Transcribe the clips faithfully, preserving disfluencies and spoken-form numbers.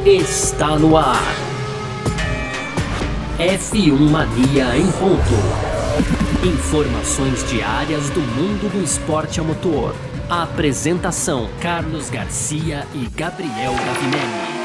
está no ar. F um Mania em ponto. Informações diárias do mundo do esporte a motor. A apresentação: Carlos Garcia e Gabriel Gavinelli.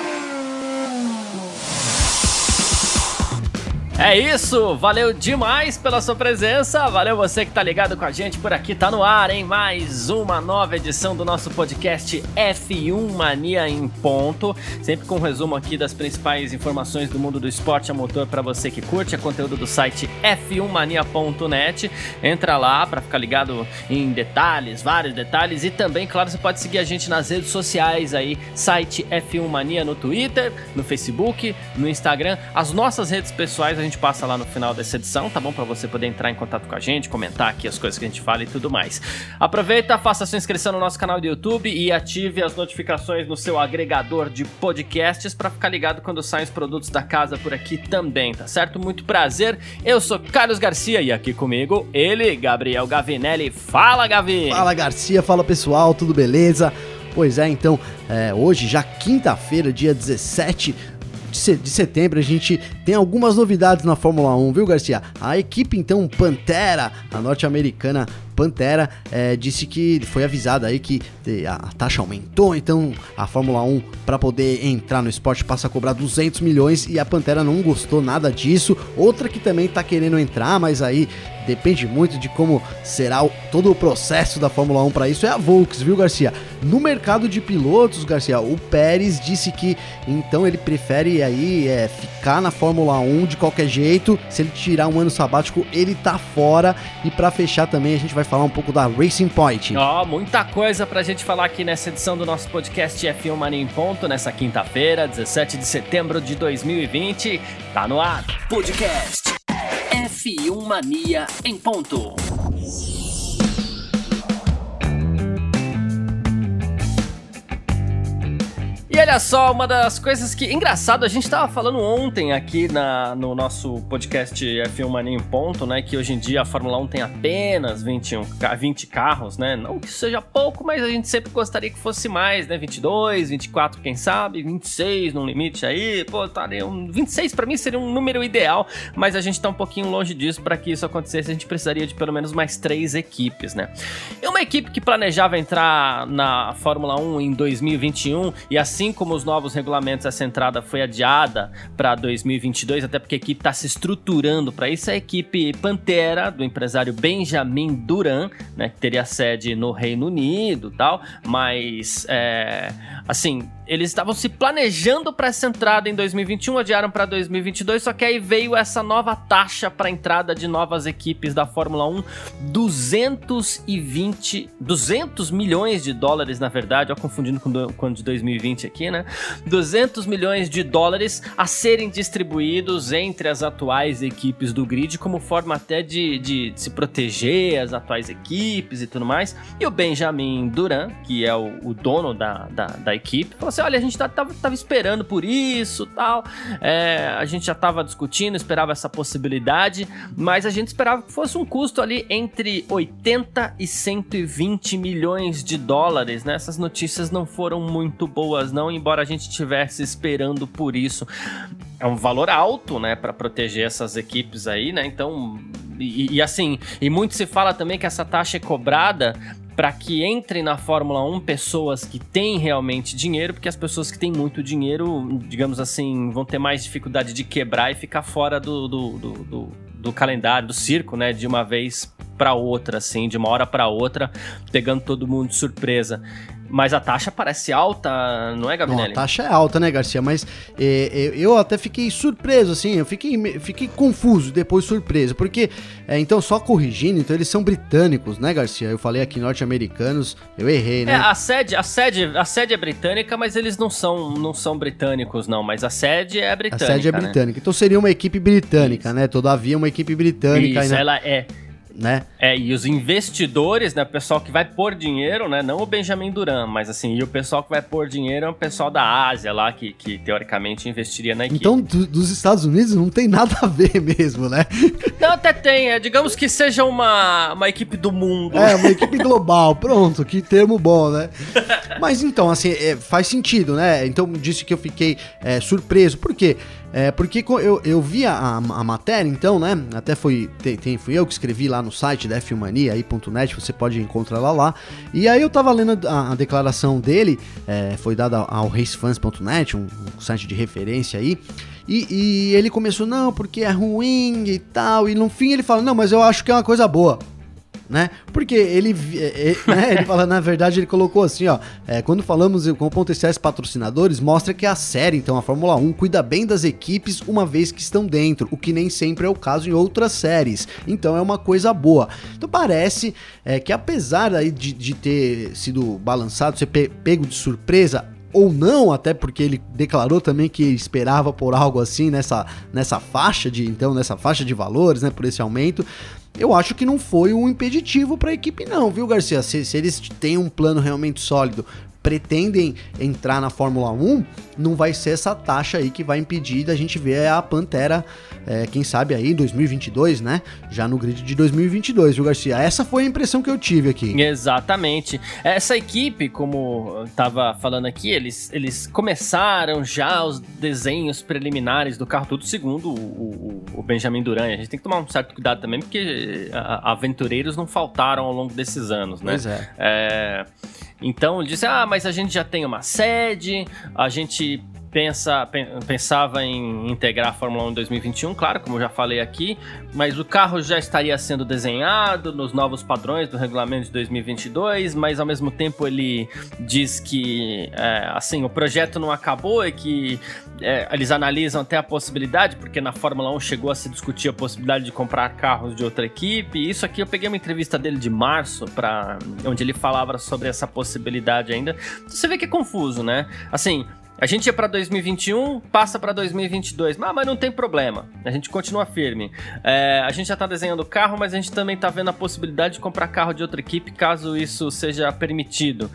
É isso, valeu demais pela sua presença, valeu você que tá ligado com a gente por aqui, tá no ar, hein? Mais uma nova edição do nosso podcast F um Mania em ponto, sempre com um resumo aqui das principais informações do mundo do esporte a motor para você que curte, é conteúdo do site f um mania ponto net, entra lá para ficar ligado em detalhes, vários detalhes, e também, claro, você pode seguir a gente nas redes sociais aí, site F um Mania no Twitter, no Facebook, no Instagram, as nossas redes pessoais a gente passa lá no final dessa edição, tá bom? Pra você poder entrar em contato com a gente, comentar aqui as coisas que a gente fala e tudo mais. Aproveita, faça sua inscrição no nosso canal do YouTube e ative as notificações no seu agregador de podcasts pra ficar ligado quando saem os produtos da casa por aqui também, tá certo? Muito prazer, eu sou Carlos Garcia e aqui comigo ele, Gabriel Gavinelli. Fala, Gavi! Fala, Garcia, fala pessoal, tudo beleza? Pois é, então, é, hoje já quinta-feira, dia dezessete de setembro, a gente tem algumas novidades na Fórmula um, viu, Garcia? A equipe, então, Pantera, a norte-americana Pantera, é, disse que foi avisada aí que a taxa aumentou, então a Fórmula um, para poder entrar no esporte, passa a cobrar duzentos milhões e a Pantera não gostou nada disso. Outra que também tá querendo entrar, mas aí depende muito de como será o, todo o processo da Fórmula um para isso, é a Volks, viu, Garcia? No mercado de pilotos, Garcia, o Pérez disse que então ele prefere aí é, ficar na Fórmula um de qualquer jeito. Se ele tirar um ano sabático, ele tá fora. E para fechar também, a gente vai falar um pouco da Racing Point. Ó, oh, muita coisa pra gente falar aqui nessa edição do nosso podcast F um Mania em ponto, nessa quinta-feira, dezessete de setembro de dois mil e vinte. Tá no ar. Podcast F um Mania em ponto. E olha só, uma das coisas que... Engraçado, a gente tava falando ontem aqui na, no nosso podcast F um Mania em ponto, né? Que hoje em dia a Fórmula um tem apenas vinte e um, vinte carros, né? Não que seja pouco, mas a gente sempre gostaria que fosse mais, né? vinte e dois, vinte e quatro, quem sabe? vinte e seis no limite aí. Pô, taria um... vinte e seis pra mim seria um número ideal, mas a gente tá um pouquinho longe disso. Pra que isso acontecesse, a gente precisaria de pelo menos mais três equipes, né? E uma equipe que planejava entrar na Fórmula um em dois mil e vinte e um, e assim Assim como os novos regulamentos, essa entrada foi adiada para dois mil e vinte e dois, até porque a equipe está se estruturando para isso. A equipe Pantera, do empresário Benjamin Duran, né, que teria sede no Reino Unido e tal, mas, é, assim, eles estavam se planejando para essa entrada em dois mil e vinte e um, adiaram para dois mil e vinte e dois, só que aí veio essa nova taxa para entrada de novas equipes da Fórmula um, duzentos e vinte, duzentos milhões de dólares, na verdade, ó, confundindo com o de dois mil e vinte aqui, né? duzentos milhões de dólares a serem distribuídos entre as atuais equipes do grid, como forma até de, de, de se proteger as atuais equipes e tudo mais. E o Benjamin Duran, que é o, o dono da, da, da equipe, falou assim: olha, a gente tava, tava esperando por isso, tal, é, a gente já tava discutindo, esperava essa possibilidade, mas a gente esperava que fosse um custo ali entre oitenta e cento e vinte milhões de dólares, né? Essas notícias não foram muito boas, não, embora a gente estivesse esperando por isso. É um valor alto, né, para proteger essas equipes aí, né? Então, e, e assim, e muito se fala também que essa taxa é cobrada para que entrem na Fórmula um pessoas que têm realmente dinheiro, porque as pessoas que têm muito dinheiro, digamos assim, vão ter mais dificuldade de quebrar e ficar fora do, do, do, do, do calendário, do circo, né, de uma vez para outra, assim, de uma hora para outra, pegando todo mundo de surpresa. Mas a taxa parece alta, não é, Gabriel? A taxa é alta, né, Garcia? Mas é, eu até fiquei surpreso, assim, eu fiquei, fiquei confuso, depois surpreso, porque, é, então, só corrigindo, então eles são britânicos, né, Garcia? Eu falei aqui norte-americanos, eu errei, né? É, a sede, a sede, a sede é britânica, mas eles não são, não são britânicos, não, mas a sede é britânica, A sede é britânica, né? Então seria uma equipe britânica, Isso. né? Todavia, uma equipe britânica. Isso, né? ela é... né? É, e os investidores, né, o pessoal que vai pôr dinheiro, né, não o Benjamin Durant, mas assim, e o pessoal que vai pôr dinheiro é o pessoal da Ásia lá, que, que teoricamente investiria na equipe. Então, do, dos Estados Unidos não tem nada a ver mesmo, né? Não, até tem, é, digamos que seja uma, uma equipe do mundo. É, uma equipe global, pronto, que termo bom, né? Mas então, assim, é, faz sentido, né? Então, disse que eu fiquei é, surpreso, por quê? É, porque eu, eu vi a, a matéria, então, né? Até foi, tem, tem, fui eu que escrevi lá no site da F um Mania ponto net, você pode encontrar lá lá. E aí eu tava lendo a, a declaração dele, é, foi dada ao racefans ponto net, um, um site de referência aí. E, e ele começou, não, porque é ruim e tal. E no fim ele fala, não, mas eu acho que é uma coisa boa. Né? Porque ele, é, é, né? Ele fala, na verdade, ele colocou assim, ó, é, quando falamos com o ponto S S patrocinadores, mostra que a série, então a Fórmula um, cuida bem das equipes uma vez que estão dentro, o que nem sempre é o caso em outras séries, então é uma coisa boa. Então parece é, que apesar aí de, de ter sido balançado, ser pe- pego de surpresa, ou não, até porque ele declarou também que esperava por algo assim nessa, nessa faixa de, então, nessa faixa de valores, né, por esse aumento. Eu acho que não foi um impeditivo para a equipe não, viu, Garcia? Se, se eles têm um plano realmente sólido, pretendem entrar na Fórmula um, não vai ser essa taxa aí que vai impedir da gente ver a Pantera, é, quem sabe aí em dois mil e vinte e dois, né? Já no grid de dois mil e vinte e dois, viu, Garcia? Essa foi a impressão que eu tive aqui. Exatamente. Essa equipe, como eu tava falando aqui, eles, eles começaram já os desenhos preliminares do carro, tudo segundo o, o, o Benjamin Durant. A gente tem que tomar um certo cuidado também, porque a, aventureiros não faltaram ao longo desses anos, né? Pois é. É... Então ele disse, ah, mas a gente já tem uma sede, a gente pensa, pensava em integrar a Fórmula um em dois mil e vinte e um, claro, como eu já falei aqui, mas o carro já estaria sendo desenhado nos novos padrões do regulamento de dois mil e vinte e dois, mas ao mesmo tempo ele diz que, é, assim, o projeto não acabou e que é, eles analisam até a possibilidade, porque na Fórmula um chegou a se discutir a possibilidade de comprar carros de outra equipe, e isso aqui eu peguei uma entrevista dele de março, pra, onde ele falava sobre essa possibilidade ainda. Você vê que é confuso, né? Assim, a gente ia para dois mil e vinte e um, passa para dois mil e vinte e dois, ah, mas não tem problema, a gente continua firme. É, a gente já está desenhando o carro, mas a gente também está vendo a possibilidade de comprar carro de outra equipe, caso isso seja permitido.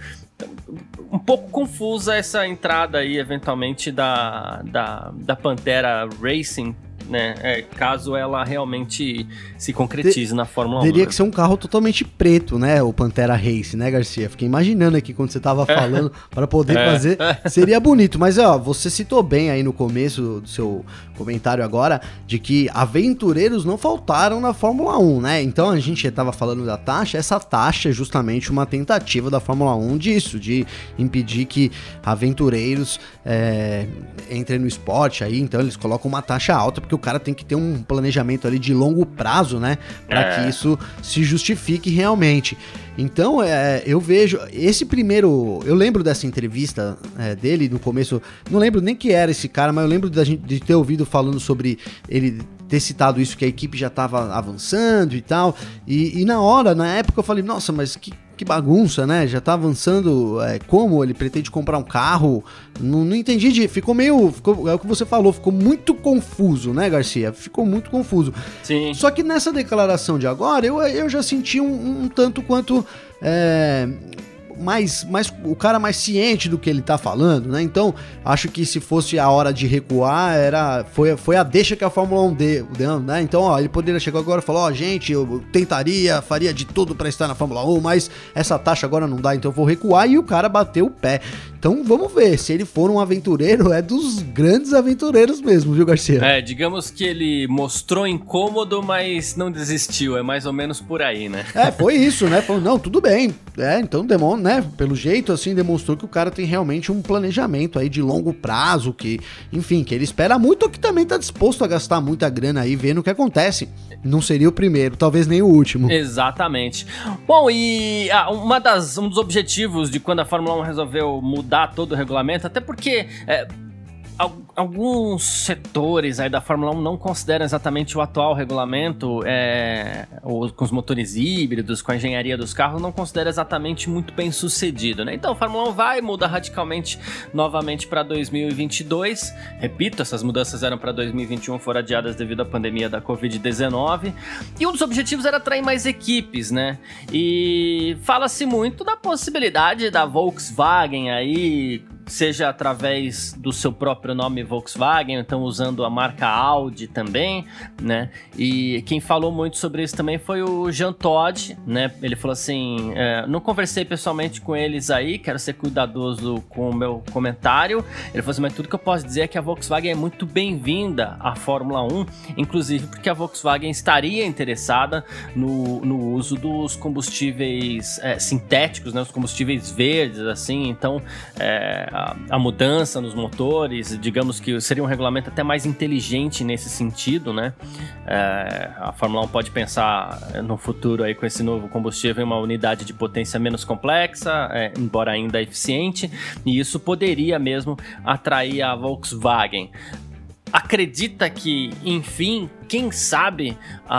Um pouco confusa essa entrada aí, eventualmente, da, da, da Pantera Racing, né? É, caso ela realmente se concretize de, na Fórmula um. Teria que ser um carro totalmente preto, né? O Pantera Race, né, Garcia? Fiquei imaginando aqui quando você tava falando para poder é. fazer. Seria bonito, mas ó, você citou bem aí no começo do seu comentário agora de que aventureiros não faltaram na Fórmula um, né? Então a gente tava falando da taxa, essa taxa é justamente uma tentativa da Fórmula um disso, de impedir que aventureiros é, entrem no esporte aí, então eles colocam uma taxa alta, porque o cara tem que ter um planejamento ali de longo prazo, né? Para é. que isso se justifique realmente. Então, é, eu vejo esse primeiro... Eu lembro dessa entrevista é, dele no começo, não lembro nem que era esse cara, mas eu lembro da gente, de ter ouvido falando sobre ele ter citado isso, que a equipe já estava avançando e tal, e, e na hora, na época eu falei, nossa, mas que, que bagunça, né, já tá avançando, é, como ele pretende comprar um carro, não, não entendi, de, ficou meio, ficou, é o que você falou, ficou muito confuso, né, Garcia, ficou muito confuso. Sim. Só que nessa declaração de agora, eu, eu já senti um, um tanto quanto... É, mais, mais, o cara mais ciente do que ele tá falando, né? Então, acho que se fosse a hora de recuar, era, foi, foi a deixa que a Fórmula um deu, né? Então, ó, ele poderia chegar agora e falar, ó, gente, eu tentaria, faria de tudo pra estar na Fórmula um, mas essa taxa agora não dá, então eu vou recuar, e o cara bateu o pé. Então, vamos ver, se ele for um aventureiro, é dos grandes aventureiros mesmo, viu, Garcia? É, digamos que ele mostrou incômodo, mas não desistiu, é mais ou menos por aí, né? É, foi isso, né? Falou, não, tudo bem, é, então demonstra, né, pelo jeito, assim, demonstrou que o cara tem realmente um planejamento aí de longo prazo, que, enfim, que ele espera muito, ou que também tá disposto a gastar muita grana aí, vendo o que acontece. Não seria o primeiro, talvez nem o último. Exatamente. Bom, e ah, uma das, um dos objetivos de quando a Fórmula um resolveu mudar todo o regulamento, até porque... É, alguns setores aí da Fórmula um não consideram exatamente o atual regulamento, é, ou, com os motores híbridos, com a engenharia dos carros, não considera exatamente muito bem sucedido, né? Então a Fórmula um vai mudar radicalmente novamente para dois mil e vinte e dois. Repito, essas mudanças eram para dois mil e vinte e um, foram adiadas devido à pandemia da covid dezenove. E um dos objetivos era atrair mais equipes, né? E fala-se muito da possibilidade da Volkswagen aí, seja através do seu próprio nome Volkswagen, então usando a marca Audi também, né? E quem falou muito sobre isso também foi o Jean Todt, né? Ele falou assim, é, não conversei pessoalmente com eles aí, quero ser cuidadoso com o meu comentário. Ele falou assim, mas tudo que eu posso dizer é que a Volkswagen é muito bem-vinda à Fórmula um, inclusive porque a Volkswagen estaria interessada no, no uso dos combustíveis é, sintéticos, né? Os combustíveis verdes, assim, então é, a, a mudança nos motores, digamos que seria um regulamento até mais inteligente nesse sentido, né? É, a Fórmula um pode pensar no futuro aí com esse novo combustível em uma unidade de potência menos complexa, é, embora ainda eficiente, e isso poderia mesmo atrair a Volkswagen. Acredita que, enfim, quem sabe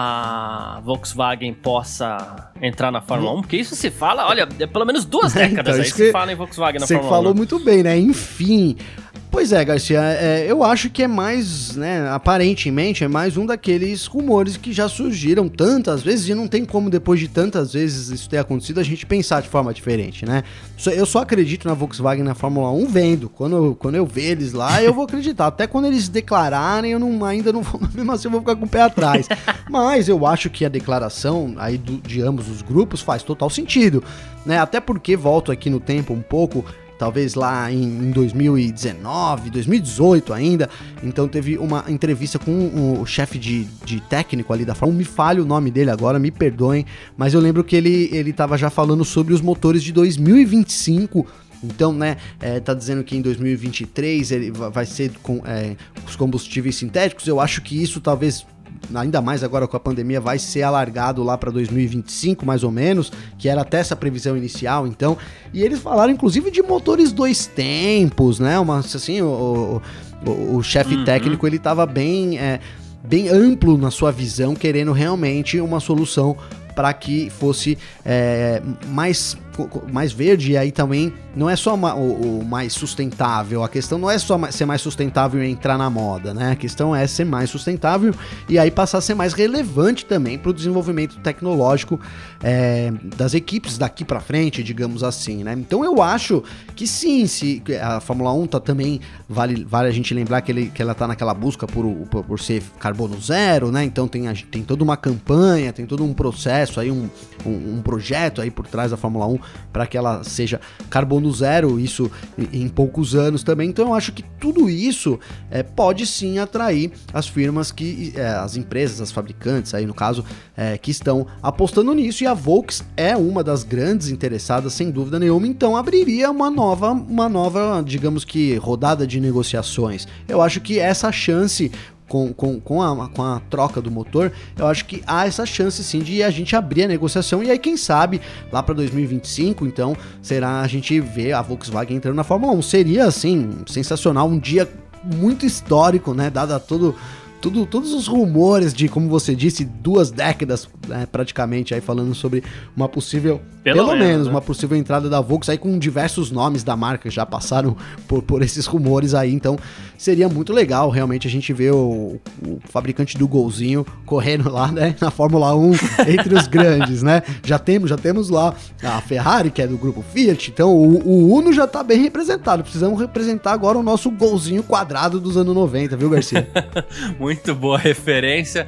a Volkswagen possa entrar na Fórmula um? Porque isso se fala, olha, é pelo menos duas décadas então, aí que se fala em Volkswagen na Fórmula um. Você falou muito bem, né? Enfim. Pois é, Garcia, é, eu acho que é mais, né, aparentemente é mais um daqueles rumores que já surgiram tantas vezes e não tem como depois de tantas vezes isso ter acontecido a gente pensar de forma diferente, né? Eu só acredito na Volkswagen na Fórmula um vendo, quando eu, quando eu ver eles lá eu vou acreditar, até quando eles declararem eu não, ainda não vou, mesmo assim eu vou ficar com o pé atrás, mas eu acho que a declaração aí do, de ambos os grupos faz total sentido, né? Até porque, volto aqui no tempo um pouco, talvez lá em, em dois mil e dezenove, dois mil e dezoito ainda, então teve uma entrevista com o, o chefe de, de técnico ali da Fórmula um, me falha o nome dele agora, me perdoem, mas eu lembro que ele, ele tava já falando sobre os motores de dois mil e vinte e cinco, então, né, é, tá dizendo que em dois mil e vinte e três ele vai ser com é, os combustíveis sintéticos, eu acho que isso talvez, ainda mais agora com a pandemia, vai ser alargado lá para dois mil e vinte e cinco, mais ou menos, que era até essa previsão inicial, então, e eles falaram inclusive de motores dois tempos, né, uma, assim, o, o, o chefe uhum. técnico, ele tava bem, é, bem amplo na sua visão, querendo realmente uma solução para que fosse é, mais, mais verde, e aí também não é só uma, o, o mais sustentável, a questão não é só ser mais sustentável e entrar na moda, né? A questão é ser mais sustentável e aí passar a ser mais relevante também para o desenvolvimento tecnológico é, das equipes daqui para frente, digamos assim, né? Então eu acho que sim, se a Fórmula um tá também, vale, vale a gente lembrar que, ele, que ela tá naquela busca por, por, por ser carbono zero, né? Então tem, a, tem toda uma campanha, tem todo um processo aí, um, um, um projeto aí por trás da Fórmula um para que ela seja carbono zero, isso em poucos anos também. Então eu acho que tudo isso é, pode sim atrair as firmas que, é, as empresas, as fabricantes aí no caso, é, que estão apostando nisso, e a Volks é uma das grandes interessadas, sem dúvida nenhuma, então abriria uma nova, uma nova, digamos que, rodada de negociações. Eu acho que essa chance Com, com, com, a, com a troca do motor, eu acho que há essa chance sim de a gente abrir a negociação, e aí quem sabe lá para dois mil e vinte e cinco, então será a gente ver a Volkswagen entrando na Fórmula um. Seria assim, sensacional, um dia muito histórico, né, dada todo Tudo, todos os rumores de, como você disse, duas décadas, né, praticamente, aí falando sobre uma possível, pelo, pelo menos, menos né? uma possível entrada da Volks, aí com diversos nomes da marca já passaram por, por esses rumores aí, então seria muito legal realmente a gente ver o, o fabricante do golzinho correndo lá, né, na Fórmula um entre os grandes, né, já temos, já temos lá a Ferrari, que é do grupo Fiat, então o, o Uno já tá bem representado, precisamos representar agora o nosso golzinho quadrado dos anos noventa, viu, Garcia? Muito boa referência.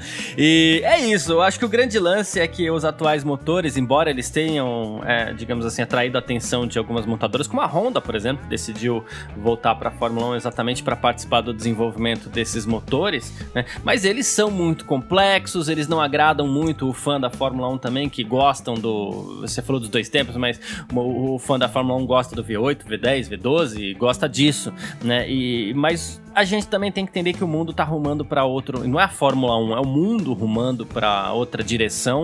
E é isso, eu acho que o grande lance é que os atuais motores, embora eles tenham, é, digamos assim, atraído a atenção de algumas montadoras, como a Honda, por exemplo, que decidiu voltar para a Fórmula um exatamente para participar do desenvolvimento desses motores, né? Mas eles são muito complexos, eles não agradam muito o fã da Fórmula um também, que gostam do... Você falou dos dois tempos, mas o, o fã da Fórmula um gosta do V oito, V dez, V doze, gosta disso, né? E, mas a gente também tem que entender que o mundo tá rumando para outro, não é a Fórmula um, é o mundo rumando para outra direção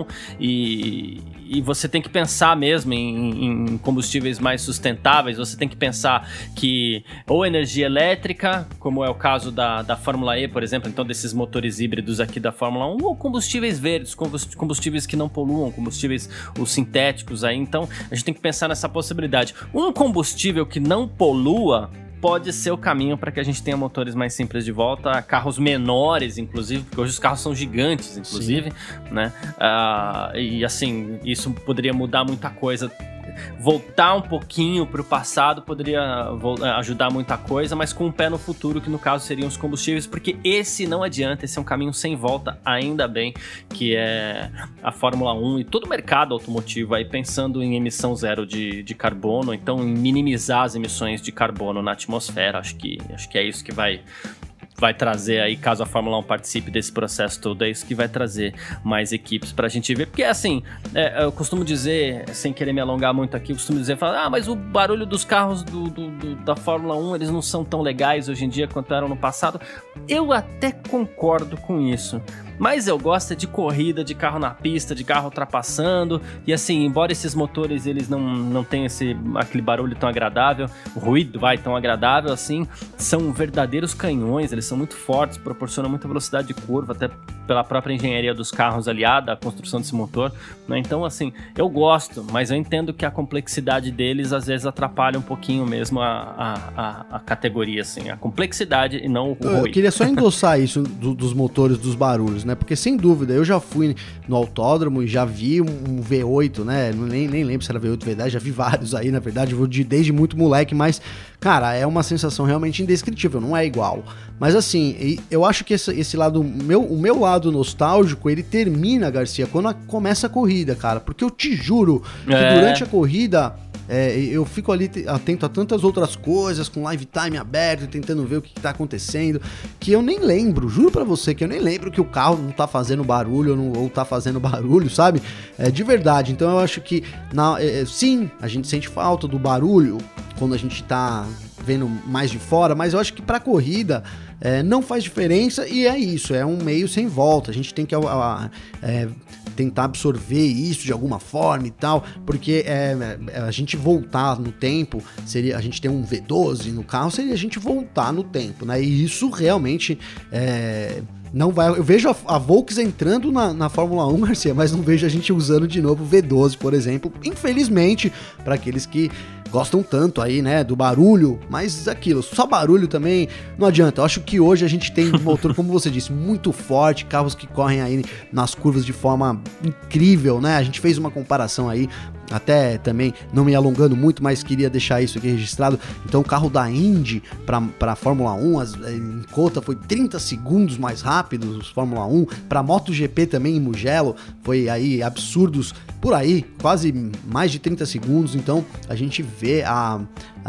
e, e você tem que pensar mesmo em, em combustíveis mais sustentáveis, você tem que pensar que ou energia elétrica, como é o caso da, da Fórmula E, por exemplo, então desses motores híbridos aqui da Fórmula um, ou combustíveis verdes, combustíveis que não poluam, combustíveis os sintéticos aí, então a gente tem que pensar nessa possibilidade. Um combustível que não polua pode ser o caminho para que a gente tenha motores mais simples de volta, carros menores, inclusive, porque hoje os carros são gigantes, inclusive, Sim. né? Uh, e assim, isso poderia mudar muita coisa. Voltar um pouquinho para o passado poderia ajudar muita coisa, mas com um pé no futuro, que no caso seriam os combustíveis, porque esse não adianta, esse é um caminho sem volta, ainda bem, que é a Fórmula um e todo o mercado automotivo aí pensando em emissão zero de, de carbono, então em minimizar as emissões de carbono na atmosfera. Acho que, acho que é isso que vai... vai trazer aí, caso a Fórmula um participe desse processo todo, é isso que vai trazer mais equipes pra gente ver, porque assim, é, eu costumo dizer, sem querer me alongar muito aqui, eu costumo dizer, falar, ah, mas o barulho dos carros do, do, do, da Fórmula um, eles não são tão legais hoje em dia quanto eram no passado. Eu até concordo com isso, mas eu gosto de corrida, de carro na pista, de carro ultrapassando, e assim, embora esses motores eles não, não tenham esse, aquele barulho tão agradável, o ruído vai tão agradável assim, são verdadeiros canhões, eles são muito fortes, proporcionam muita velocidade de curva, até pela própria engenharia dos carros aliada à construção desse motor, né? Então assim, eu gosto, mas eu entendo que a complexidade deles às vezes atrapalha um pouquinho mesmo a, a, a, a categoria, assim, a complexidade e não o ruído. Eu queria só endossar isso do, dos motores, dos barulhos, né? Porque sem dúvida, eu já fui no autódromo e já vi um V oito, né? Nem, nem lembro se era V oito, V dez, já vi vários aí, na verdade, eu vou de, desde muito moleque, mas, cara, é uma sensação realmente indescritível, não é igual. Mas assim, eu acho que esse, esse lado, meu, o meu lado nostálgico, ele termina, Garcia, quando a, começa a corrida, cara, porque eu te juro que é. durante a corrida... É, eu fico ali atento a tantas outras coisas, com live time aberto, tentando ver o que, que tá acontecendo, que eu nem lembro, juro pra você, que eu nem lembro que o carro não tá fazendo barulho ou, não, ou tá fazendo barulho, sabe? É, de verdade, então eu acho que, na, é, sim, a gente sente falta do barulho quando a gente tá vendo mais de fora, mas eu acho que pra corrida... É, não faz diferença e é isso, é um meio sem volta, a gente tem que a, a, é, tentar absorver isso de alguma forma e tal, porque é, a gente voltar no tempo, seria a gente ter um V doze no carro, seria a gente voltar no tempo, né, e isso realmente é, não vai, eu vejo a, a Volks entrando na, na Fórmula um, Garcia, mas não vejo a gente usando de novo o V doze, por exemplo, infelizmente, para aqueles que gostam tanto aí, né, do barulho, mas aquilo, só barulho também não adianta. Eu acho que hoje a gente tem um motor, como você disse, muito forte, carros que correm aí nas curvas de forma incrível, né? A gente fez uma comparação aí, até também não me alongando muito, mas queria deixar isso aqui registrado. Então o carro da Indy para a Fórmula um, as, em Cota foi trinta segundos mais rápido, os Fórmula um, para MotoGP também em Mugello, foi aí absurdos por aí, quase mais de trinta segundos, então a gente vê a,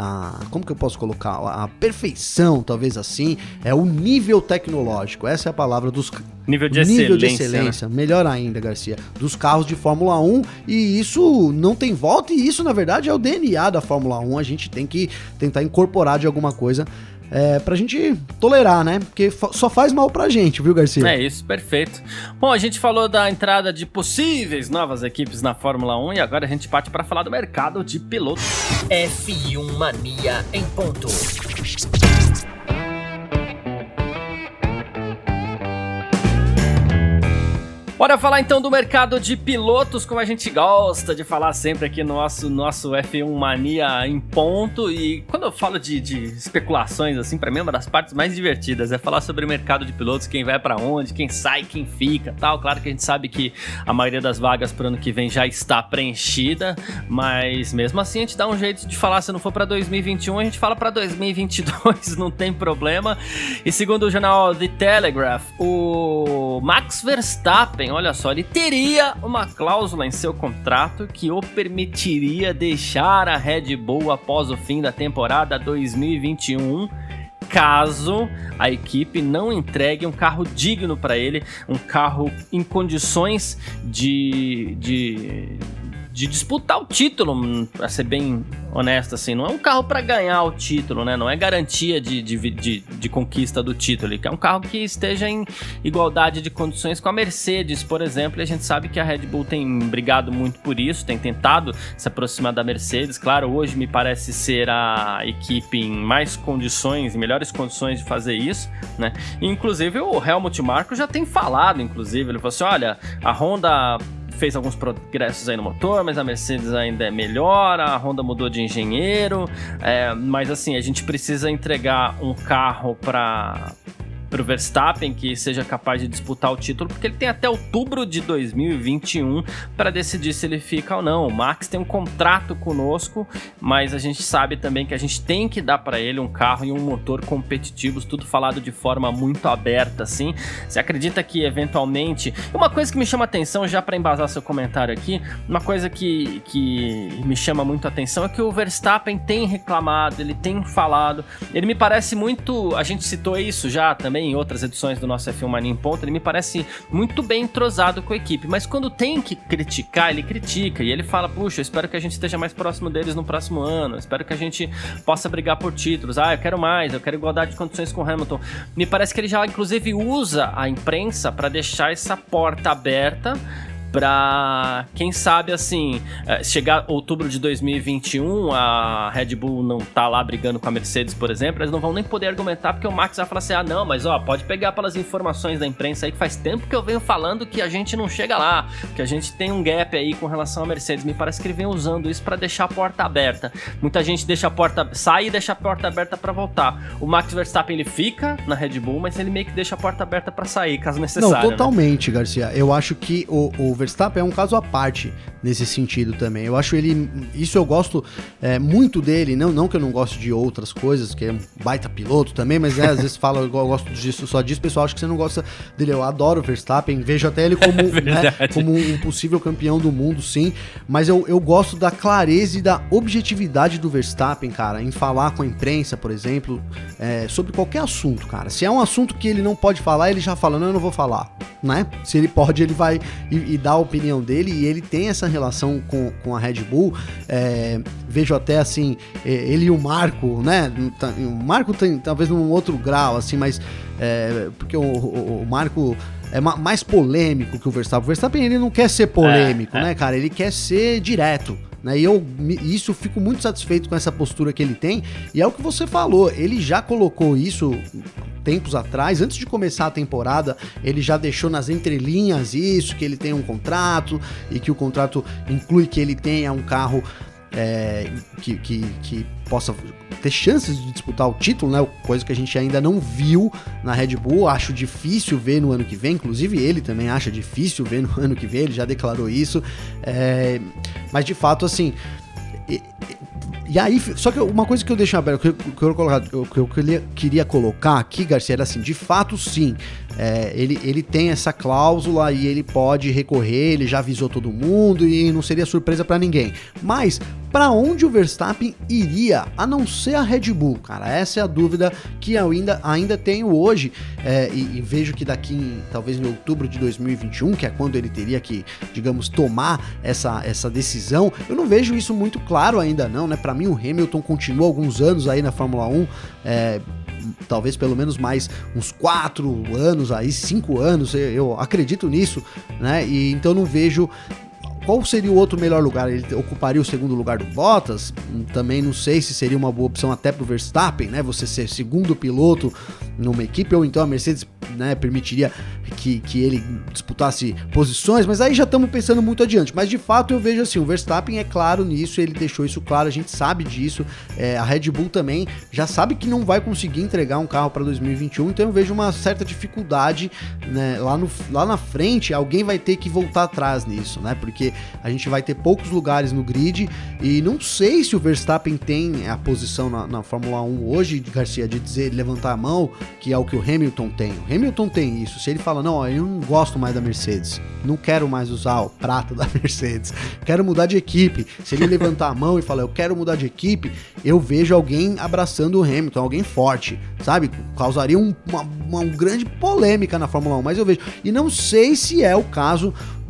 a como que eu posso colocar, a, a perfeição, talvez assim, é o nível tecnológico, essa é a palavra dos... Nível de nível excelência, de excelência, né? Melhor ainda, Garcia, dos carros de Fórmula um, e isso não tem volta, e isso na verdade é o D N A da Fórmula um, a gente tem que tentar incorporar de alguma coisa É, pra gente tolerar, né? Porque só faz mal pra gente, viu, Garcia? É isso, perfeito. Bom, a gente falou da entrada de possíveis novas equipes na Fórmula um e agora a gente parte pra falar do mercado de pilotos. F um Mania em ponto. Bora falar então do mercado de pilotos, como a gente gosta de falar sempre aqui no nosso, nosso F um Mania em ponto. E quando eu falo de, de especulações, assim, pra mim é uma das partes mais divertidas, é falar sobre o mercado de pilotos, quem vai pra onde, quem sai, quem fica, tal. Claro que a gente sabe que a maioria das vagas pro ano que vem já está preenchida, mas mesmo assim a gente dá um jeito de falar, se não for pra dois mil e vinte e um, a gente fala pra dois mil e vinte e dois, não tem problema. E segundo o jornal The Telegraph, o Max Verstappen, olha só, ele teria uma cláusula em seu contrato que o permitiria deixar a Red Bull após o fim da temporada dois mil e vinte e um, caso a equipe não entregue um carro digno para ele, um carro em condições de... de de disputar o título, pra ser bem honesto, assim. Não é um carro para ganhar o título, né? Não é garantia de, de, de, de conquista do título. É um carro que esteja em igualdade de condições com a Mercedes, por exemplo. E a gente sabe que a Red Bull tem brigado muito por isso, tem tentado se aproximar da Mercedes. Claro, hoje me parece ser a equipe em mais condições, em melhores condições de fazer isso, né? E, inclusive, o Helmut Marko já tem falado, inclusive, ele falou assim, olha, a Honda fez alguns progressos aí no motor, mas a Mercedes ainda é melhor, a Honda mudou de engenheiro, é, mas assim, a gente precisa entregar um carro para para o Verstappen que seja capaz de disputar o título, porque ele tem até outubro de dois mil e vinte e um para decidir se ele fica ou não. O Max tem um contrato conosco, mas a gente sabe também que a gente tem que dar para ele um carro e um motor competitivos, tudo falado de forma muito aberta, assim. Você acredita que eventualmente... Uma coisa que me chama atenção, já para embasar seu comentário aqui, uma coisa que, que me chama muito atenção é que o Verstappen tem reclamado, ele tem falado, ele me parece muito... A gente citou isso já também em outras edições do nosso F um Mania em Ponto, ele me parece muito bem entrosado com a equipe, mas quando tem que criticar, ele critica, e ele fala, puxa, eu espero que a gente esteja mais próximo deles no próximo ano, eu espero que a gente possa brigar por títulos, ah, eu quero mais, eu quero igualdade de condições com o Hamilton. Me parece que ele já, inclusive, usa a imprensa para deixar essa porta aberta pra, quem sabe, assim, chegar outubro de dois mil e vinte e um, a Red Bull não tá lá brigando com a Mercedes, por exemplo, eles não vão nem poder argumentar, porque o Max vai falar assim, ah, não, mas ó, pode pegar pelas informações da imprensa aí, que faz tempo que eu venho falando que a gente não chega lá, que a gente tem um gap aí com relação à Mercedes. Me parece que ele vem usando isso pra deixar a porta aberta. Muita gente deixa a porta, sai e deixa a porta aberta pra voltar. O Max Verstappen, ele fica na Red Bull, mas ele meio que deixa a porta aberta pra sair, caso necessário. Não, totalmente, né? Garcia. Eu acho que o, o Verstappen é um caso à parte nesse sentido também. Eu acho ele... Isso eu gosto é, muito dele, não, não que eu não gosto de outras coisas, que é um baita piloto também, mas né, às vezes fala, eu gosto disso, só disso, pessoal, acho que você não gosta dele. Eu adoro o Verstappen, vejo até ele como, é né, como um possível campeão do mundo, sim, mas eu, eu gosto da clareza e da objetividade do Verstappen, cara, em falar com a imprensa, por exemplo, é, sobre qualquer assunto, cara. Se é um assunto que ele não pode falar, ele já fala, não, eu não vou falar, né? Se ele pode, ele vai e, e dá a opinião dele, e ele tem essa relação com, com a Red Bull. É, vejo até assim, ele e o Marko, né? O Marko tem talvez num outro grau, assim, mas é, porque o, o, o Marko é ma- mais polêmico que o Verstappen. O Verstappen, ele não quer ser polêmico, é, é. né, cara? Ele quer ser direto. Né, e eu isso fico muito satisfeito com essa postura que ele tem, e é o que você falou, ele já colocou isso tempos atrás, antes de começar a temporada, ele já deixou nas entrelinhas isso, que ele tem um contrato, e que o contrato inclui que ele tenha um carro é, que, que, que possa ter chances de disputar o título, né? Coisa que a gente ainda não viu na Red Bull, acho difícil ver no ano que vem, inclusive ele também acha difícil ver no ano que vem, ele já declarou isso, é, mas de fato, assim, e, e aí, só que uma coisa que eu deixo aberto, que eu, que eu, colocar, que eu queria, queria colocar aqui, Garcia, era assim, de fato sim, é, ele, ele tem essa cláusula e ele pode recorrer, ele já avisou todo mundo e não seria surpresa pra ninguém, mas para onde o Verstappen iria, a não ser a Red Bull, cara? Essa é a dúvida que eu ainda, ainda tenho hoje, é, e, e vejo que daqui, em, talvez em outubro de dois mil e vinte e um, que é quando ele teria que, digamos, tomar essa, essa decisão, eu não vejo isso muito claro ainda não, né? Para mim o Hamilton continua alguns anos aí na Fórmula um, é, talvez pelo menos mais uns quatro anos aí, cinco anos, eu, eu acredito nisso, né? E então não vejo... Qual seria o outro melhor lugar? Ele ocuparia o segundo lugar do Bottas? Também não sei se seria uma boa opção até pro Verstappen, né? Você ser segundo piloto numa equipe, ou então a Mercedes, né, permitiria que, que ele disputasse posições, mas aí já estamos pensando muito adiante. Mas de fato eu vejo assim, o Verstappen é claro nisso, ele deixou isso claro, a gente sabe disso, é, a Red Bull também já sabe que não vai conseguir entregar um carro para dois mil e vinte e um, então eu vejo uma certa dificuldade, né, lá, no, lá na frente, alguém vai ter que voltar atrás nisso, né, porque a gente vai ter poucos lugares no grid, e não sei se o Verstappen tem a posição na, na Fórmula um hoje, Garcia, de dizer, levantar a mão, que é o que o Hamilton tem. O Hamilton tem isso, se ele fala, não, eu não gosto mais da Mercedes, não quero mais usar o prata da Mercedes, quero mudar de equipe, se ele levantar a mão e falar, eu quero mudar de equipe, eu vejo alguém abraçando o Hamilton, alguém forte, sabe, causaria um, uma, uma grande polêmica na Fórmula um, mas eu vejo, e não sei se é o caso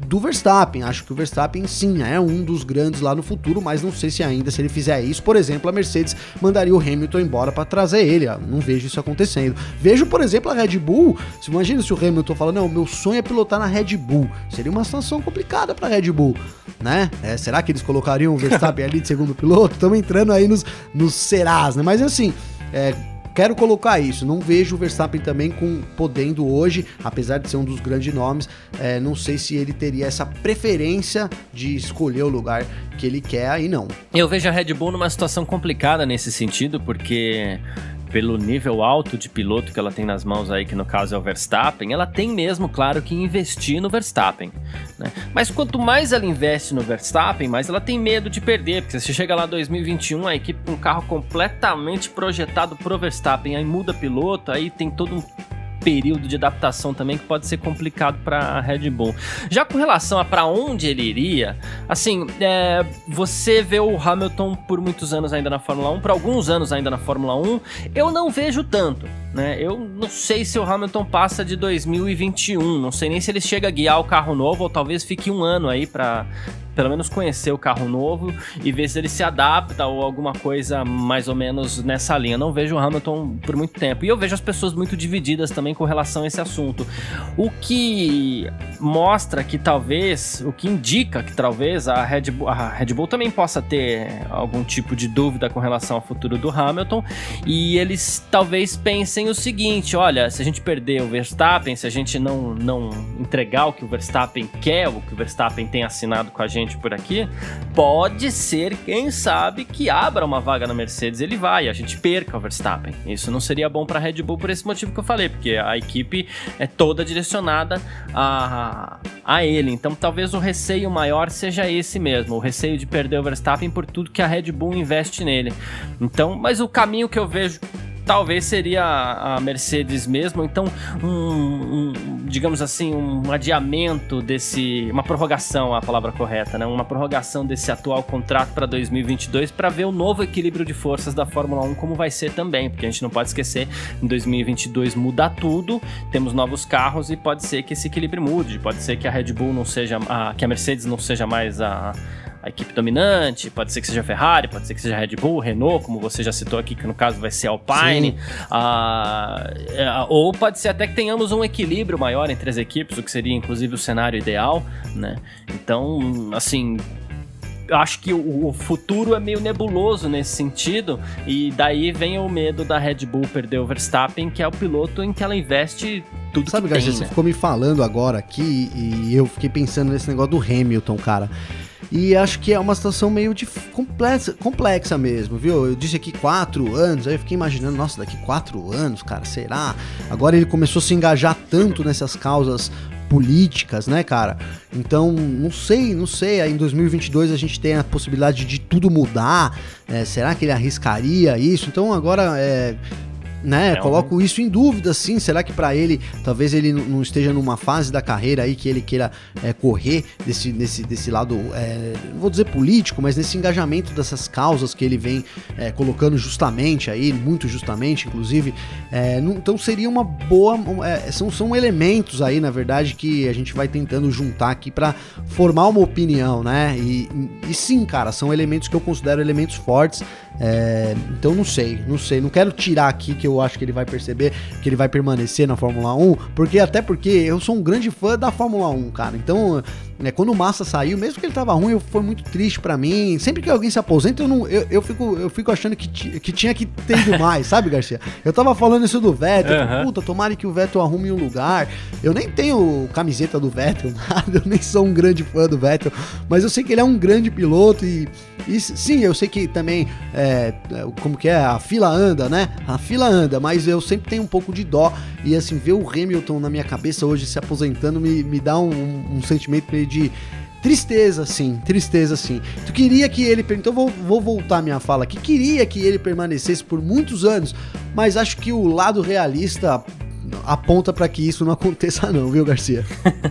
do Verstappen. Acho que o Verstappen sim é um dos grandes lá no futuro, mas não sei se ainda, se ele fizer isso, por exemplo, a Mercedes mandaria o Hamilton embora para trazer ele. Eu não vejo isso acontecendo. Vejo, por exemplo, a Red Bull. Se imagina se o Hamilton fala, não, meu sonho é pilotar na Red Bull. Seria uma situação complicada para a Red Bull, né? É, será que eles colocariam o Verstappen ali de segundo piloto? Estamos entrando aí nos, nos serás, né? Mas assim, é, quero colocar isso, não vejo o Verstappen também com, podendo hoje, apesar de ser um dos grandes nomes, é, não sei se ele teria essa preferência de escolher o lugar que ele quer aí, não. Eu vejo a Red Bull numa situação complicada nesse sentido, porque pelo nível alto de piloto que ela tem nas mãos aí, que no caso é o Verstappen, ela tem mesmo, claro, que investir no Verstappen, né? Mas quanto mais ela investe no Verstappen, mais ela tem medo de perder, porque se chega lá em dois mil e vinte e um, a equipe com um carro completamente projetado pro Verstappen, aí muda piloto, aí tem todo um período de adaptação também que pode ser complicado para a Red Bull. Já com relação a para onde ele iria, assim, é, você vê o Hamilton por muitos anos ainda na Fórmula um, por alguns anos ainda na Fórmula um, eu não vejo tanto, né? Eu não sei se o Hamilton passa de dois mil e vinte e um, não sei nem se ele chega a guiar o carro novo, ou talvez fique um ano aí para pelo menos conhecer o carro novo e ver se ele se adapta ou alguma coisa mais ou menos nessa linha. Não vejo o Hamilton por muito tempo. E eu vejo as pessoas muito divididas também com relação a esse assunto. O que mostra que talvez, o que indica que talvez a Red Bull, a Red Bull também possa ter algum tipo de dúvida com relação ao futuro do Hamilton, e eles talvez pensem o seguinte: olha, se a gente perder o Verstappen, se a gente não, não entregar o que o Verstappen quer, o que o Verstappen tem assinado com a gente por aqui, pode ser, quem sabe, que abra uma vaga na Mercedes, ele vai, a gente perca o Verstappen. Isso não seria bom para a Red Bull por esse motivo que eu falei, porque a equipe é toda direcionada a, a ele. Então talvez o receio maior seja esse mesmo, o receio de perder o Verstappen por tudo que a Red Bull investe nele. Então, mas o caminho que eu vejo talvez seria a Mercedes mesmo, então um, um, digamos assim, um adiamento desse, uma prorrogação, a palavra correta, né? Uma prorrogação desse atual contrato para dois mil e vinte e dois para ver o novo equilíbrio de forças da Fórmula um como vai ser também, porque a gente não pode esquecer, em dois mil e vinte e dois muda tudo, temos novos carros e pode ser que esse equilíbrio mude, pode ser que a Red Bull não seja, a, que a Mercedes não seja mais a a equipe dominante, pode ser que seja a Ferrari, pode ser que seja a Red Bull, Renault, como você já citou aqui, que no caso vai ser a Alpine, ah, ou pode ser até que tenhamos um equilíbrio maior entre as equipes, o que seria inclusive o cenário ideal, né? Então, assim, eu acho que o, o futuro é meio nebuloso nesse sentido, e daí vem o medo da Red Bull perder o Verstappen, que é o piloto em que ela investe tudo. Sabe, que Garcia, tem, você né? ficou me falando agora aqui e eu fiquei pensando nesse negócio do Hamilton, cara. E acho que é uma situação meio de complexa, complexa mesmo, viu? Eu disse aqui quatro anos, aí eu fiquei imaginando, nossa, daqui quatro anos, cara, será? Agora ele começou a se engajar tanto nessas causas políticas, né, cara? Então, não sei, não sei, aí em dois mil e vinte e dois a gente tem a possibilidade de tudo mudar, é, será que ele arriscaria isso? Então agora, é... né, é um... coloco isso em dúvida, sim. Será que pra ele, talvez ele n- não esteja numa fase da carreira aí que ele queira é, correr desse, desse, desse lado, é, não vou dizer político, mas nesse engajamento dessas causas que ele vem é, colocando justamente aí, muito justamente, inclusive. É, não, então seria uma boa, é, são, são elementos aí, na verdade, que a gente vai tentando juntar aqui pra formar uma opinião, né, e, e sim, cara, são elementos que eu considero elementos fortes. É, então não sei, não sei, não quero tirar aqui que eu acho que ele vai perceber que ele vai permanecer na Fórmula um, porque até porque eu sou um grande fã da Fórmula um, cara, então, né, quando o Massa saiu, mesmo que ele tava ruim, foi muito triste pra mim. Sempre que alguém se aposenta, eu, não, eu, eu, fico, eu fico achando que, t- que tinha que ter ido mais, sabe, Garcia? Eu tava falando isso do Vettel, uhum. Falei, puta, tomara que o Vettel arrume um lugar. Eu nem tenho camiseta do Vettel, nada, eu nem sou um grande fã do Vettel, mas eu sei que ele é um grande piloto e, e sim, eu sei que também, é, como que é, a fila anda, né? A fila anda, mas eu sempre tenho um pouco de dó e assim, ver o Hamilton na minha cabeça hoje se aposentando me, me dá um, um sentimento meio de tristeza, sim, tristeza, sim. Tu queria que ele, então vou, vou voltar a minha fala aqui, queria que ele permanecesse por muitos anos, mas acho que o lado realista aponta pra que isso não aconteça não, viu, Garcia?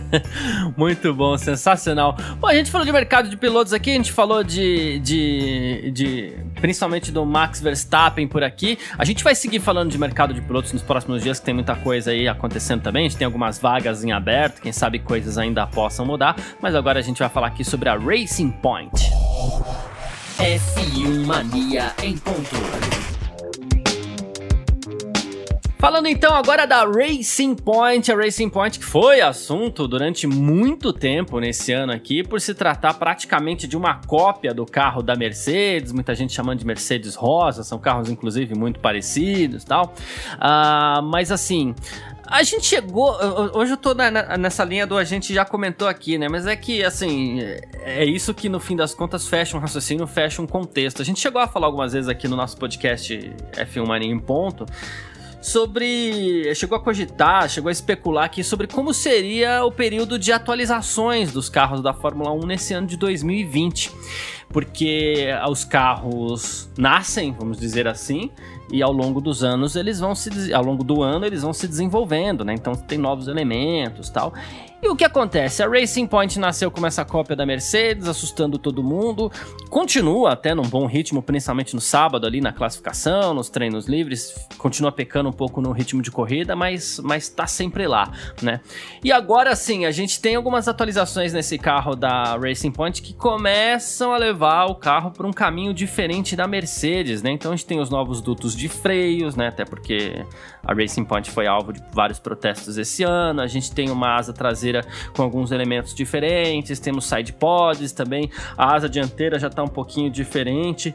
Muito bom, sensacional. Bom, a gente falou de mercado de pilotos aqui, a gente falou de, de, de principalmente do Max Verstappen por aqui. A gente vai seguir falando de mercado de pilotos nos próximos dias, que tem muita coisa aí acontecendo também. A gente tem algumas vagas em aberto, quem sabe coisas ainda possam mudar, mas agora a gente vai falar aqui sobre a Racing Point. F um Mania em ponto. Falando então agora da Racing Point, a Racing Point que foi assunto durante muito tempo nesse ano aqui, por se tratar praticamente de uma cópia do carro da Mercedes, muita gente chamando de Mercedes Rosa, são carros inclusive muito parecidos e tal, uh, mas assim... A gente chegou, hoje eu tô na, na, nessa linha do a gente já comentou aqui, né, mas é que, assim, é isso que no fim das contas fecha um raciocínio, fecha um contexto. A gente chegou a falar algumas vezes aqui no nosso podcast F um Mania em Ponto, sobre, chegou a cogitar, chegou a especular aqui sobre como seria o período de atualizações dos carros da Fórmula um nesse ano de dois mil e vinte, porque os carros nascem, vamos dizer assim, e ao longo dos anos eles vão se, ao longo do ano eles vão se desenvolvendo, né? Então tem novos elementos e tal. E o que acontece? A Racing Point nasceu como essa cópia da Mercedes, assustando todo mundo, continua até num bom ritmo, principalmente no sábado ali na classificação, nos treinos livres, continua pecando um pouco no ritmo de corrida, mas, mas tá sempre lá, né? E agora sim, a gente tem algumas atualizações nesse carro da Racing Point que começam a levar o carro para um caminho diferente da Mercedes, né? Então a gente tem os novos dutos de freios, né? Até porque a Racing Point foi alvo de vários protestos esse ano, a gente tem uma asa traseira com alguns elementos diferentes, temos side pods também, a asa dianteira já tá um pouquinho diferente,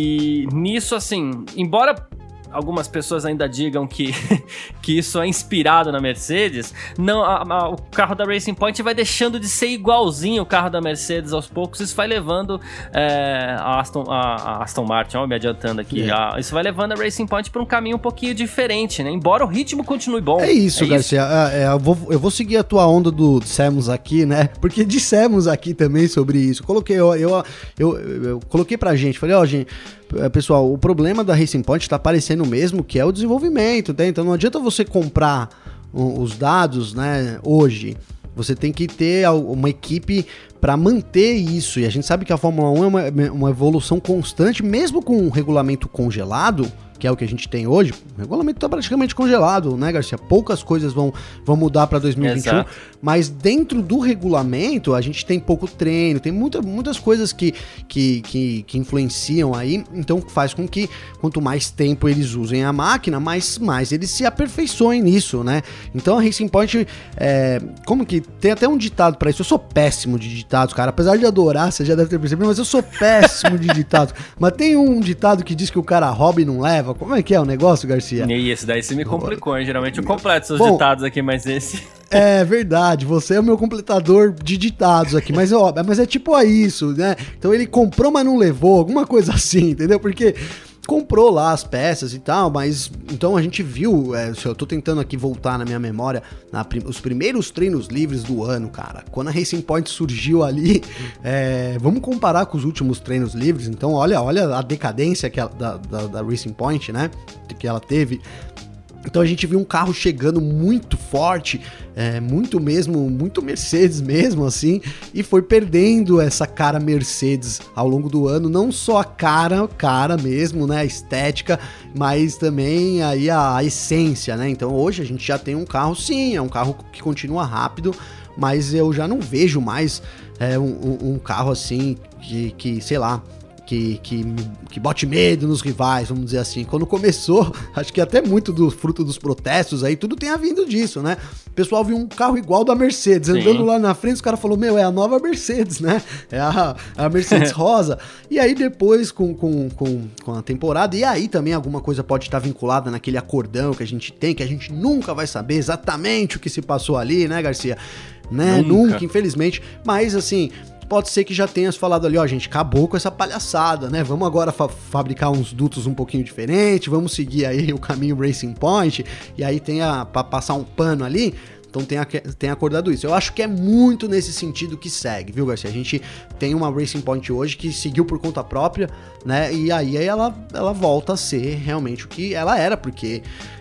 e nisso, assim, embora algumas pessoas ainda digam que, que isso é inspirado na Mercedes, não, a, a, o carro da Racing Point vai deixando de ser igualzinho o carro da Mercedes aos poucos, isso vai levando é, a, Aston, a, a Aston Martin, ó, me adiantando aqui, é. a, isso vai levando a Racing Point para um caminho um pouquinho diferente, né? Embora o ritmo continue bom. É isso, é Garcia, isso. É, é, eu, vou, eu vou seguir a tua onda do dissemos aqui, né? Porque dissemos aqui também sobre isso. Coloquei, eu, eu, eu, eu, eu coloquei pra gente, falei, ó, gente, pessoal, o problema da Racing Point tá aparecendo mesmo, que é o desenvolvimento, tá? Então não adianta você comprar os dados, né, hoje. Você tem que ter uma equipe para manter isso, e a gente sabe que a Fórmula um é uma, uma evolução constante, mesmo com um regulamento congelado, que é o que a gente tem hoje. O regulamento tá praticamente congelado, né, Garcia? Poucas coisas vão, vão mudar para dois mil e vinte e um, exato. Mas dentro do regulamento a gente tem pouco treino, tem muita, muitas coisas que, que, que, que influenciam aí, então faz com que quanto mais tempo eles usem a máquina, mais, mais eles se aperfeiçoem nisso, né? Então a Racing Point, é, como que tem até um ditado para isso, eu sou péssimo de ditados, cara, apesar de adorar, você já deve ter percebido, mas eu sou péssimo de ditados, mas tem um ditado que diz que o cara rouba e não leva. Como é que é o negócio, Garcia? E esse daí você me complicou, hein? Geralmente eu completo seus Bom, ditados aqui, mas esse... É verdade, você é o meu completador de ditados aqui, mas, ó, mas é tipo a isso, né? Então ele comprou, mas não levou, alguma coisa assim, entendeu? Porque comprou lá as peças e tal, mas então a gente viu, é, eu tô tentando aqui voltar na minha memória, na, os primeiros treinos livres do ano, cara, quando a Racing Point surgiu ali, é, vamos comparar com os últimos treinos livres, então olha, olha a decadência que a, da, da, da Racing Point, né, que ela teve. Então a gente viu um carro chegando muito forte, é, muito mesmo, muito Mercedes mesmo, assim, e foi perdendo essa cara Mercedes ao longo do ano, não só a cara, cara mesmo, né, a estética, mas também aí a, a essência, né, então hoje a gente já tem um carro, sim, é um carro que continua rápido, mas eu já não vejo mais é, um, um carro assim, que, que sei lá, Que, que, que bote medo nos rivais, vamos dizer assim. Quando começou, acho que até muito do fruto dos protestos aí, tudo tem vindo disso, né? O pessoal viu um carro igual da Mercedes, Sim. andando lá na frente, os caras falaram, meu, é a nova Mercedes, né? É a, a Mercedes rosa. E aí depois, com, com, com, com a temporada, e aí também alguma coisa pode estar vinculada naquele acordão que a gente tem, que a gente nunca vai saber exatamente o que se passou ali, né, Garcia? Né? Nunca, nunca infelizmente. Mas, assim... Pode ser que já tenhas falado ali, ó, gente, acabou com essa palhaçada, né? Vamos agora fa- fabricar uns dutos um pouquinho diferentes, vamos seguir aí o caminho Racing Point, e aí tem a, pra passar um pano ali, então tem, a, tem acordado isso. Eu acho que é muito nesse sentido que segue, viu, Garcia? A gente tem uma Racing Point hoje que seguiu por conta própria, né? E aí ela, ela volta a ser realmente o que ela era, porque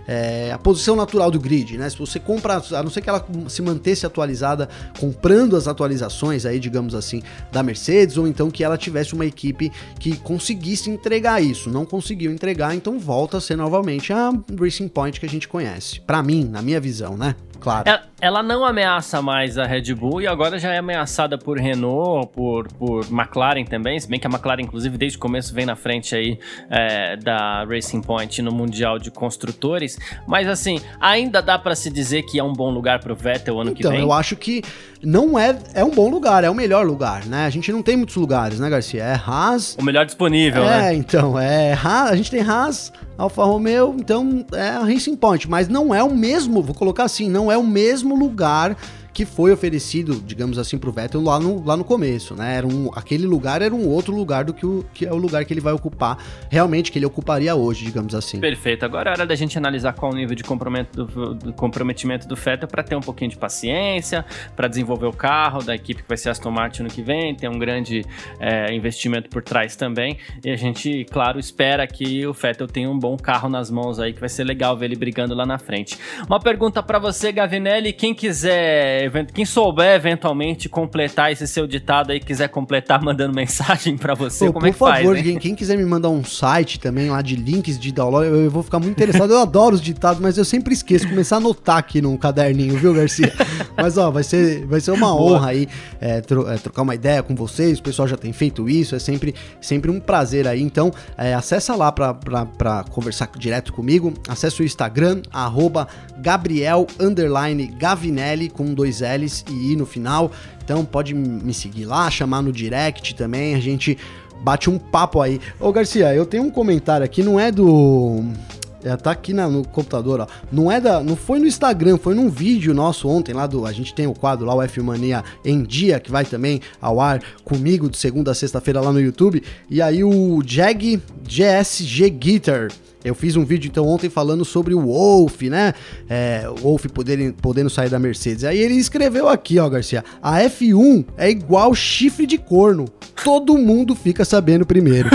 é, a posição natural do grid, né? Se você compra, a não ser que ela se mantesse atualizada, comprando as atualizações aí, digamos assim, da Mercedes, ou então que ela tivesse uma equipe que conseguisse entregar isso. Não conseguiu entregar, então volta a ser novamente a Racing Point que a gente conhece. Pra mim, na minha visão, né? Claro. Ela, ela não ameaça mais a Red Bull e agora já é ameaçada por Renault, por, por McLaren também, se bem que a McLaren, inclusive, desde o começo vem na frente aí é, da Racing Point no Mundial de Construtores, mas assim, ainda dá pra se dizer que é um bom lugar pro Vettel ano então, que vem? Então, eu acho que não é, é um bom lugar, é o melhor lugar, né? A gente não tem muitos lugares, né, Garcia? É Haas... O melhor disponível, é, né? É, então, é Haas, a gente tem Haas, Alfa Romeo, então é a Racing Point, mas não é o mesmo, vou colocar assim, não é o mesmo lugar que foi oferecido, digamos assim, pro Vettel lá no, lá no começo, né? Era um, aquele lugar era um outro lugar do que, o, que é o lugar que ele vai ocupar, realmente, que ele ocuparia hoje, digamos assim. Perfeito. Agora é hora da gente analisar qual o nível de comprometimento do, do, comprometimento do Vettel para ter um pouquinho de paciência, para desenvolver o carro da equipe que vai ser Aston Martin no que vem, tem um grande é, investimento por trás também, e a gente, claro, espera que o Vettel tenha um bom carro nas mãos aí, que vai ser legal ver ele brigando lá na frente. Uma pergunta para você, Gavinelli, quem quiser... Quem souber eventualmente completar esse seu ditado aí, quiser completar mandando mensagem pra você, Pô, como é que faz? Por favor, faz, quem, quem quiser me mandar um site também lá de links de download, eu, eu vou ficar muito interessado. Eu adoro os ditados, mas eu sempre esqueço. Começar a anotar aqui num caderninho, viu, Garcia? Mas ó, vai ser, vai ser uma Boa. honra aí é, tro, é, trocar uma ideia com vocês. O pessoal já tem feito isso, é sempre, sempre um prazer aí. Então, é, acessa lá pra, pra, pra conversar direto comigo. Acesse o Instagram, arroba Gabriel underline Gavinelli com dois L's e I no final. Então pode me seguir lá, chamar no direct também, a gente bate um papo aí. Ô Garcia, eu tenho um comentário aqui, não é do... É, tá aqui na, no computador, ó. Não é da, não foi no Instagram, foi num vídeo nosso ontem lá do, a gente tem o quadro lá, o F um Mania em Dia, que vai também ao ar comigo de segunda a sexta-feira lá no YouTube. E aí o Jag G S G Guitar, eu fiz um vídeo então ontem falando sobre o Wolff, né? É, o Wolff podendo, podendo sair da Mercedes. Aí ele escreveu aqui, ó, Garcia, a F um é igual chifre de corno. Todo mundo fica sabendo primeiro.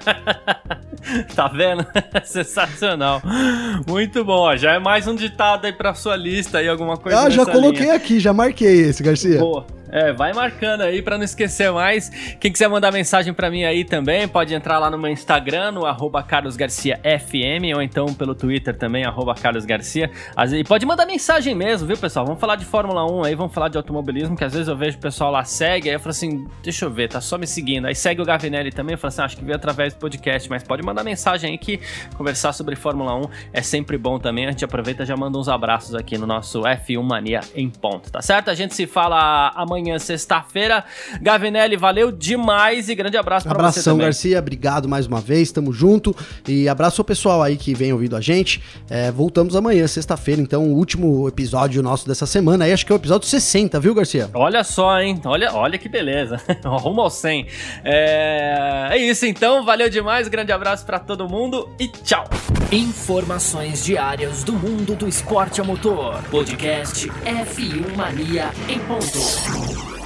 Tá vendo? Sensacional. Muito bom, ó. Já é mais um ditado aí pra sua lista aí, alguma coisa Ah, já coloquei linha. aqui, já marquei esse, Garcia. Boa. É, vai marcando aí pra não esquecer mais. Quem quiser mandar mensagem pra mim aí também, pode entrar lá no meu Instagram, no arroba Carlos Garcia F M, ou então pelo Twitter também, arroba Carlos Garcia. E pode mandar mensagem mesmo, viu, pessoal? Vamos falar de Fórmula um aí, vamos falar de automobilismo, que às vezes eu vejo o pessoal lá segue, aí eu falo assim, deixa eu ver, tá só me seguindo. Aí segue o Gavinelli também, eu falo assim, ah, acho que veio através do podcast, mas pode mandar mensagem aí que conversar sobre Fórmula um é sempre bom também. A gente aproveita e já manda uns abraços aqui no nosso F um Mania em ponto, tá certo? A gente se fala amanhã, sexta-feira. Gavinelli, valeu demais e grande abraço pra Abração, você também. Garcia, obrigado mais uma vez, tamo junto. E abraço ao pessoal aí que vem ouvindo a gente. É, voltamos amanhã, sexta-feira, então, o último episódio nosso dessa semana. Aí acho que é o episódio sessenta, viu, Garcia? Olha só, hein? Olha, olha que beleza. Rumo ao cem. É... é isso, então. Valeu demais. Grande abraço pra todo mundo e tchau. Informações diárias do mundo do esporte a motor. Podcast F um Mania em ponto.